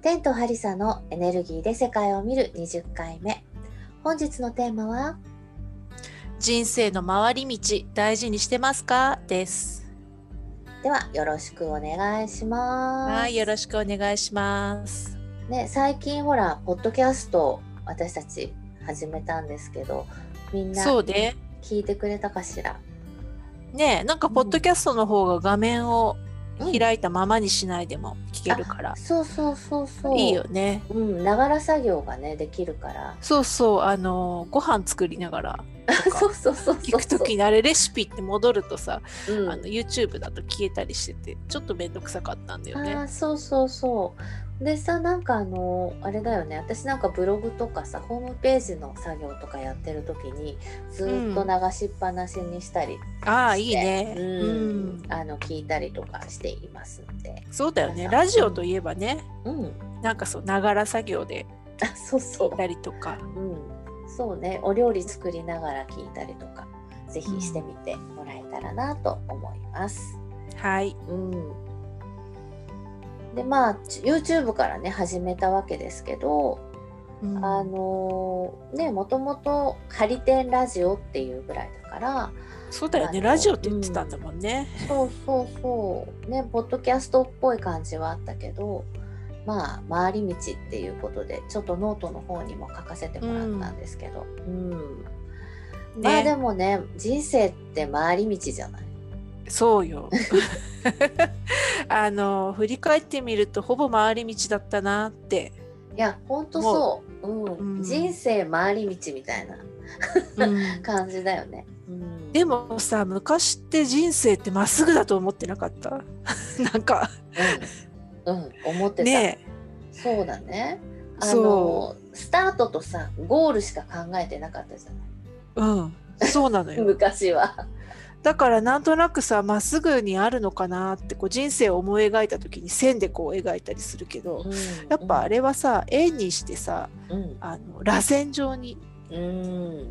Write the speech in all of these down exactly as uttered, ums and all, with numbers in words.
テンとハリサのエネルギーで世界を見るにじゅっかいめ。本日のテーマは人生の回り道大事にしてますかです。 ではよろしくお願いします。 はい、よろしくお願いします。 ね、最近ほらポッドキャスト私たち始めたんですけど、みんなそうで聞いてくれたかしら。 ねえ、なんかポッドキャストの方が画面を開いたままにしないでも聞けるから、 うん、そうそうそうそう、 いいよね。 うん、ながら作業がねできるから。 そうそう、あのご飯作りながらとかそうそうそうそう聞くときにあれレシピって戻るとさ、 うん、 あの YouTube だと消えたりしててちょっとめんどくさかったんだよね。 あ、そうそうそうでさ、なんかあのあれだよね、私なんかブログとかさホームページの作業とかやってる時にずっと流しっぱなしにしたりして、 うん、ああいいね、 うんうん、 あの聞いたりとかしていますので。 そうだよね、ラジオといえばね、 うん、 なんかそうながら作業であ、そうそう聞いたりとか、 うん、そうね、お料理作りながら聞いたりとかぜひしてみてもらえたらなと思います。 はい、 うん、でまあ YouTube からね始めたわけですけど、うん、あのー、ねもともとハリテンラジオっていうぐらいだから。 そうだよね、ラジオって言ってたんだもんね、 うん、そうそうそうね、ポッドキャストっぽい感じはあったけど、まあ回り道っていうことでちょっとノートの方にも書かせてもらったんですけど、うんうん、まあでもね、人生って回り道じゃない。 そうよあの振り返ってみるとほぼ回り道だったなって。 いやほんとそう、うんうん、人生回り道みたいな感じだよね、うん、 でもさ、昔って人生ってまっすぐだと思ってなかったなんかうん、うん、思ってたね。そうだね、あのスタートとさゴールしか考えてなかったじゃない。 うんそうなのよ昔は。 だからなんとなくさまっすぐにあるのかなってこう人生を思い描いた時に線でこう描いたりするけど、うん、やっぱあれはさ、うん、円にしてさ、うん、あの螺旋状に、うん、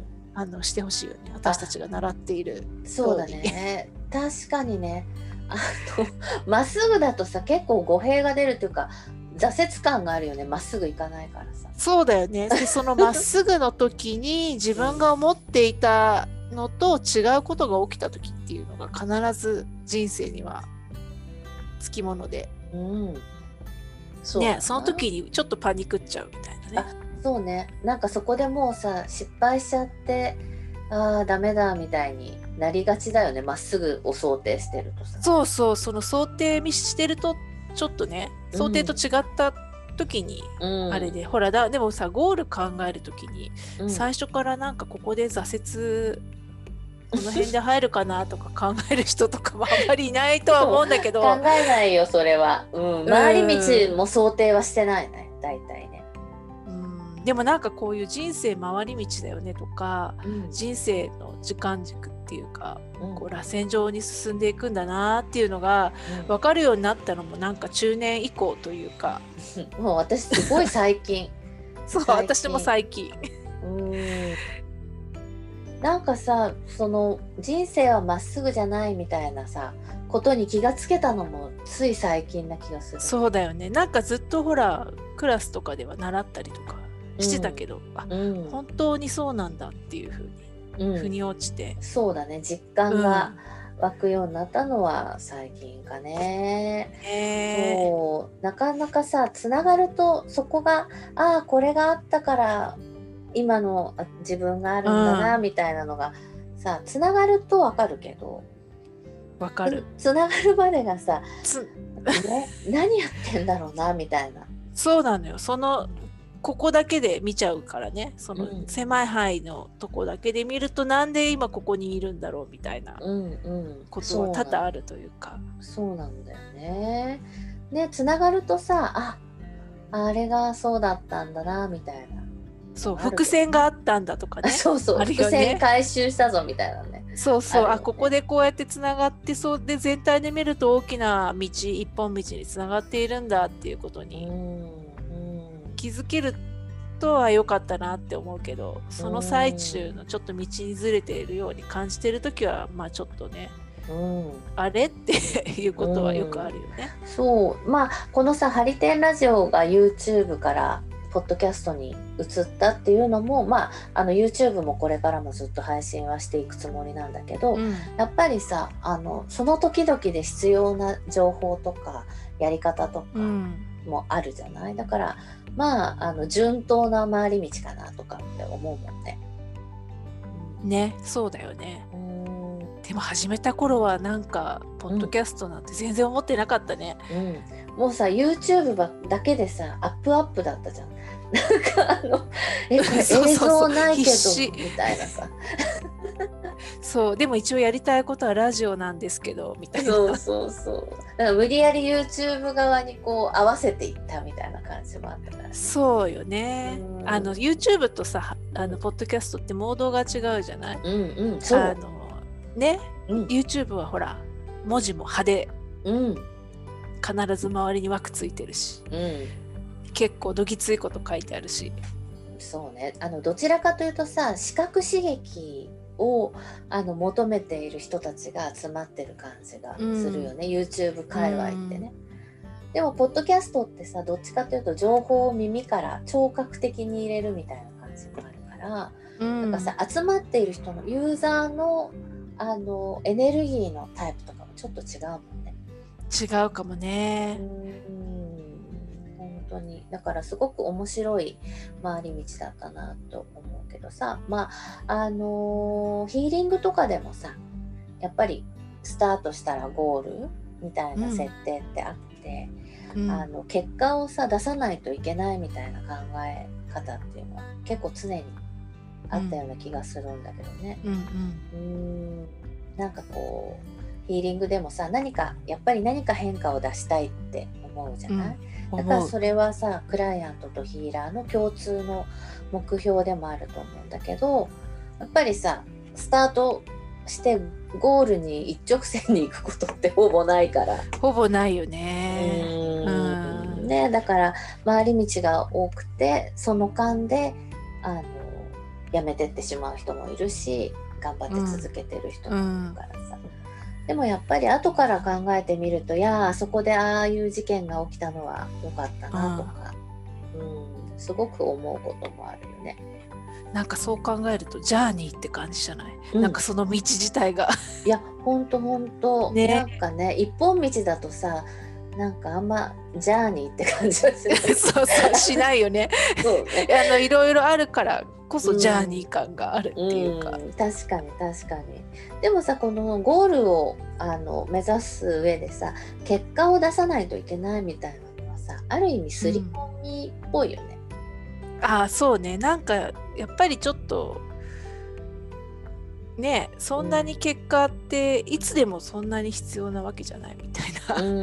あのしてほしいよね、私たちが習っている。 そうだね確かにね、あのまっすぐだとさ結構語弊が出るっていうか挫折感があるよね、まっすぐいかないからさ。 そうだよね。でそのまっすぐの時に自分が思っていたのと違うことが起きた時っていうのが必ず人生にはつきもので、うん、そうね、その時にちょっとパニクっちゃうみたいなね。 あ、そうね、なんかそこでもうさ失敗しちゃってあーダメだみたいになりがちだよね、まっすぐを想定してるとさ。 そうそう、その想定してるとちょっとね、想定と違った時に、うん、あれでほらだでもさゴール考える時に、うん、最初からなんかここで挫折この辺で入るかなとか考える人とかもあんまりいないとは思うんだけど考えないよそれは、うん、回り道も想定はしてないね大体ね。 うん、でもなんかこういう人生回り道だよねとか、うん、人生の時間軸っていうか、うん、こう螺旋状に進んでいくんだなっていうのが分かるようになったのもなんか中年以降というかもう私すごい最近そう最近私も最近うんなんかさ、その人生はまっすぐじゃないみたいなさことに気がつけたのもつい最近な気がする。 そうだよね、なんかずっとほらクラスとかでは習ったりとかしてたけど、うん、あ、うん、本当にそうなんだっていうふうに、うん、腑に落ちて、 そうだね、実感が湧くようになったのは最近かね、うん、そうなかなかさつながるとそこがああこれがあったから今の自分があるんだなみたいなのが、うん、さつながるとわかるけど、 わかる、 つながるまでがさつ、ね、何やってんだろうなみたいな。 そうなのよ、そのここだけで見ちゃうからね、その狭い範囲のとこだけで見ると、うん、なんで今ここにいるんだろうみたいなことは多々あるというか、 うんうん、そうなんだよね。ね、つながるとさああれがそうだったんだなみたいな、 そう伏線があったんだとかねそうそう、ね、伏線回収したぞみたいなね。 そうそう、あ、ね、あここでこうやってつながってそうで全体で見ると大きな道一本道につながっているんだっていうことに気づけるとは良かったなって思うけど、その最中のちょっと道にずれているように感じている時はまあちょっとねうん、 あれっていうことはよくあるよね。 うん、そうまあこのさハリテンラジオが YouTube からポッドキャストに移ったっていうのも、まあ、あの YouTube もこれからもずっと配信はしていくつもりなんだけど、うん、やっぱりさあのその時々で必要な情報とかやり方とかもあるじゃない、うん、だからまああの順当な回り道かなとかって思うもんね。 ね、そうだよね。うん、でも始めた頃はなんかポッドキャストなんて全然思ってなかったね。 うん、もうさ YouTube だけでさアップアップだったじゃん。なんかあのえこれ映像ないけどみたいなさそうでも一応やりたいことはラジオなんですけどみたいな。 そうそうそうだから無理やり YouTube 側にこう合わせていったみたいな感じもあったから、ね、 そうよね。あの YouTube とさあのポッドキャストってモードが違うじゃない。うんうん、そうあのね、うん、YouTube はほら文字も派手、うん、必ず周りに枠ついてるし、うん、結構どぎついこと書いてあるし。 そうね、あのどちらかというとさ視覚刺激をあの求めている人たちが集まってる感じがするよね、うん、YouTube 界隈ってね、うん、でもポッドキャストってさどっちかというと情報を耳から聴覚的に入れるみたいな感じもあるから、うん、なんかさ集まっている人のユーザーのあのエネルギーのタイプとかもちょっと違うもんね。 違うかもね。 うん本当にだからすごく面白い回り道だったなと思うけどさ、まああのー、ヒーリングとかでもさやっぱりスタートしたらゴールみたいな設定ってあって、うん、あの結果をさ出さないといけないみたいな考え方っていうのは結構常にあったような気がするんだけどね、うんうん、うーんなんかこうヒーリングでもさ何かやっぱり何か変化を出したいって思うじゃない、うん、だからそれはさクライアントとヒーラーの共通の目標でもあると思うんだけどやっぱりさスタートしてゴールに一直線に行くことってほぼないからほぼないよね。 うーんねだから回り道が多くてその間であのやめてってしまう人もいるし頑張って続けてる人もいるからさ、うん、でもやっぱり後から考えてみるといやあそこでああいう事件が起きたのは良かったなとか、うん、うんすごく思うこともあるよね。 なんかそう考えるとジャーニーって感じじゃない、うん、なんかその道自体がいやほんとほんと、ね、なんかね一本道だとさなんかあんまジャーニーって感じはしないそうそうしないよねそうねあのいろいろあるからこそジャーニー感があるっていうか、 うんうん、確かに確かにでもさこのゴールをあの目指す上でさ結果を出さないといけないみたいなのはさある意味刷り込みっぽいよね、 うん、ああそうねなんかやっぱりちょっとねそんなに結果っていつでもそんなに必要なわけじゃないみたいな、うん、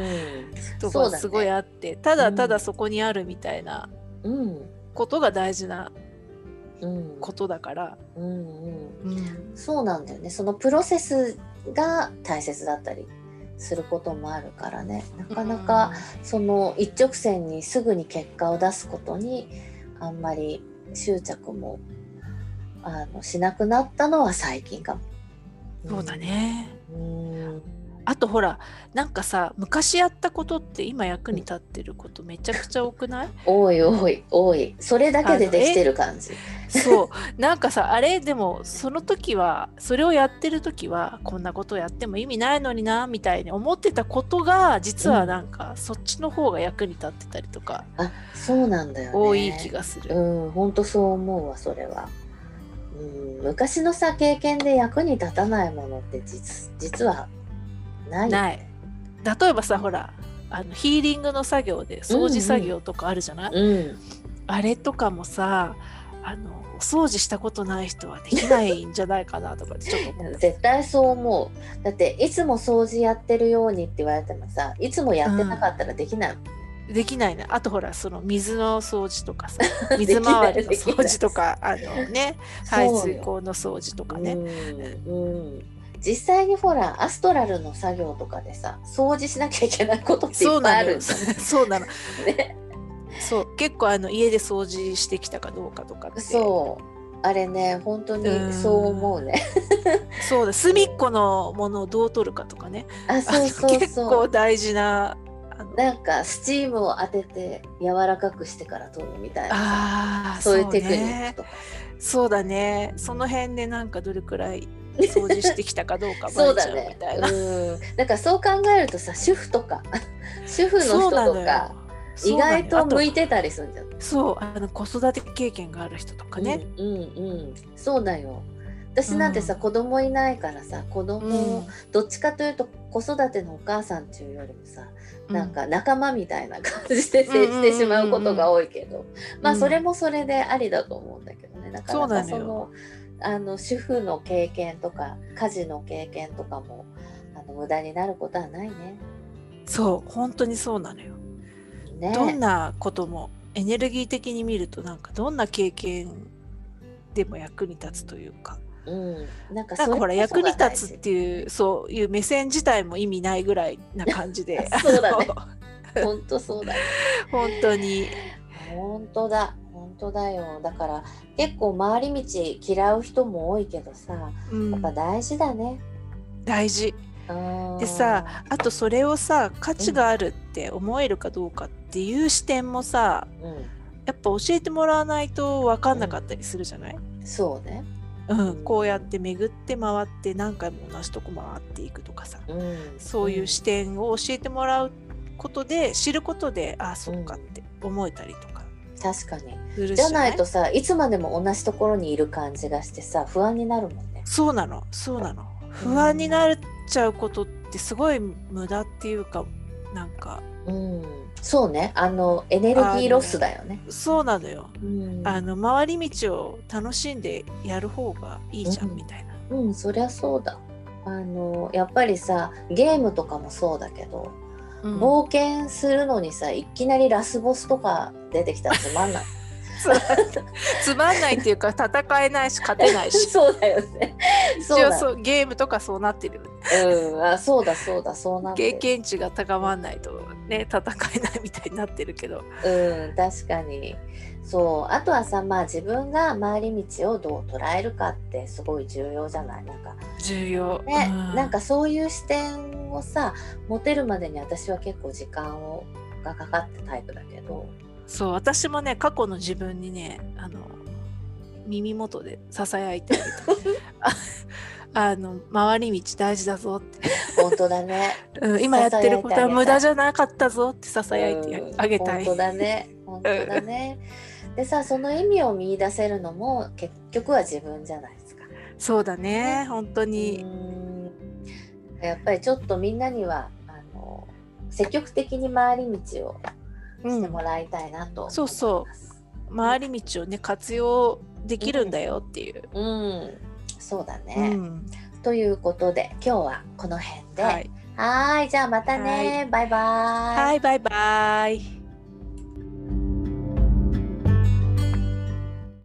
とがすごいあって、ね、ただただそこにあるみたいなことが大事なことだから、うんうんうん、そうなんだよねそのプロセスが大切だったりすることもあるからねなかなかその一直線にすぐに結果を出すことにあんまり執着もあのしなくなったのは最近かも。 そうだね。うんあとほらなんかさ昔やったことって今役に立ってることめちゃくちゃ多くない？ 多い多い多いそれだけでできてる感じ。 そうなんかさあれでもその時はそれをやってる時はこんなことやっても意味ないのになみたいに思ってたことが実はなんか、うん、そっちの方が役に立ってたりとかあそうなんだよね多い気がする。 うん本当そう思うわそれは。うん昔のさ経験で役に立たないものって実実はない、ね、 ない例えばさほらあのヒーリングの作業で掃除作業とかあるじゃない、うんうん、あれとかもさあのお掃除したことない人はできないんじゃないかなとかちょっと思う絶対そう思うだっていつも掃除やってるようにって言われてもさいつもやってなかったらできないもんね、 うん、できないねあとほらその水の掃除とかさ水回りの掃除とかあのね排水口の掃除とかね、うんうん実際にほらアストラルの作業とかでさ掃除しなきゃいけないことっていっぱいあるんだそうなのねそう結構あの家で掃除してきたかどうかとかってそあれね、本当にそう思うね。 うそうだ、隅っこのものをどう取るかとかね。 あ、そうそうそう。 結構大事な。 なんかスチームを当てて柔らかくしてから取るみたいなさ、 あそういうテクニックとか。 そうだね。その辺でなんかどれくらい掃除してきたかどうかバレちゃうみたいな。 そうだね。うん。だからそう考えるとさ、主婦とか主婦の人とか意外と向いてたりするんじゃない？ そう、あの子育て経験がある人とかね。 うんうんうん、そうだよ。私なんてさ、うん、子供いないからさ、子供、うん、どっちかというと子育てのお母さんっていうよりもさ、うん、なんか仲間みたいな感じで接してしまうことが多いけど、うん、まあそれもそれでありだと思うんだけどね。なかなかそのあの主婦の経験とか家事の経験とかもあの無駄になることはないね。 そう、本当にそうなのよ。ね、どんなこともエネルギー的に見るとなんかどんな経験でも役に立つというか、うん、なんかほら役に立つっていうそういう目線自体も意味ないぐらいな感じでそうだね。本当そうだね。 本当に本当だ本当だよ。だから結構回り道嫌う人も多いけどさ、うん、やっぱ大事だね。 大事でさ、あとそれをさ価値があるって思えるかどうかっていう視点もさ、うん、やっぱ教えてもらわないと分かんなかったりするじゃない？ うん、そうね、 うん、こうやって巡って回って何回も同じとこ回っていくとかさ、うん、そういう視点を教えてもらうことで知ることで、ああそっかって思えたりとか、 うん、確かにじゃないとさ、いつまでも同じところにいる感じがしてさ不安になるもんね。 そうなのそうなの不安になっちゃうことってすごい無駄っていうかなんか、 うん、そうね、あのエネルギーロスだよね。 そうなのよ、うん、あの回り道を楽しんでやる方がいいじゃん、うん、みたいな。 うん、そりゃそうだ。あのやっぱりさゲームとかもそうだけど、うん、冒険するのにさいきなりラスボスとか出てきたらつまんない。 つまんないっていうか戦えないし勝てないしそうだよね。 そうだそうゲームとかそうなってるよね。 うん、あそうだそうだそうなってる。 経験値が高まんないとね戦えないみたいになってるけど、 うん確かにそう。あとはさ、まあ自分が回り道をどう捉えるかってすごい重要じゃない？なんか重要、 ね、うん、なんかそういう視点をさ持てるまでに私は結構時間をがかかったタイプだけど。 そう私もね過去の自分にねあの耳元でささやいてあげたあの回り道大事だぞって本当だね、 うん、今やってることは無駄じゃなかったぞってささやいてあげたい。 本当だね本当だねでさその意味を見出せるのも結局は自分じゃないですか。 そうだね、ね本当に。 うんやっぱりちょっとみんなにはあの積極的に回り道をしてもらいたいなと思います、 うん、そうそう回り道をね活用できるんだよっていう、 うん、うん、そうだね、うん、ということで今日はこの辺で、はい、はいじゃあまたね、バイバイ。 はいバイバイ。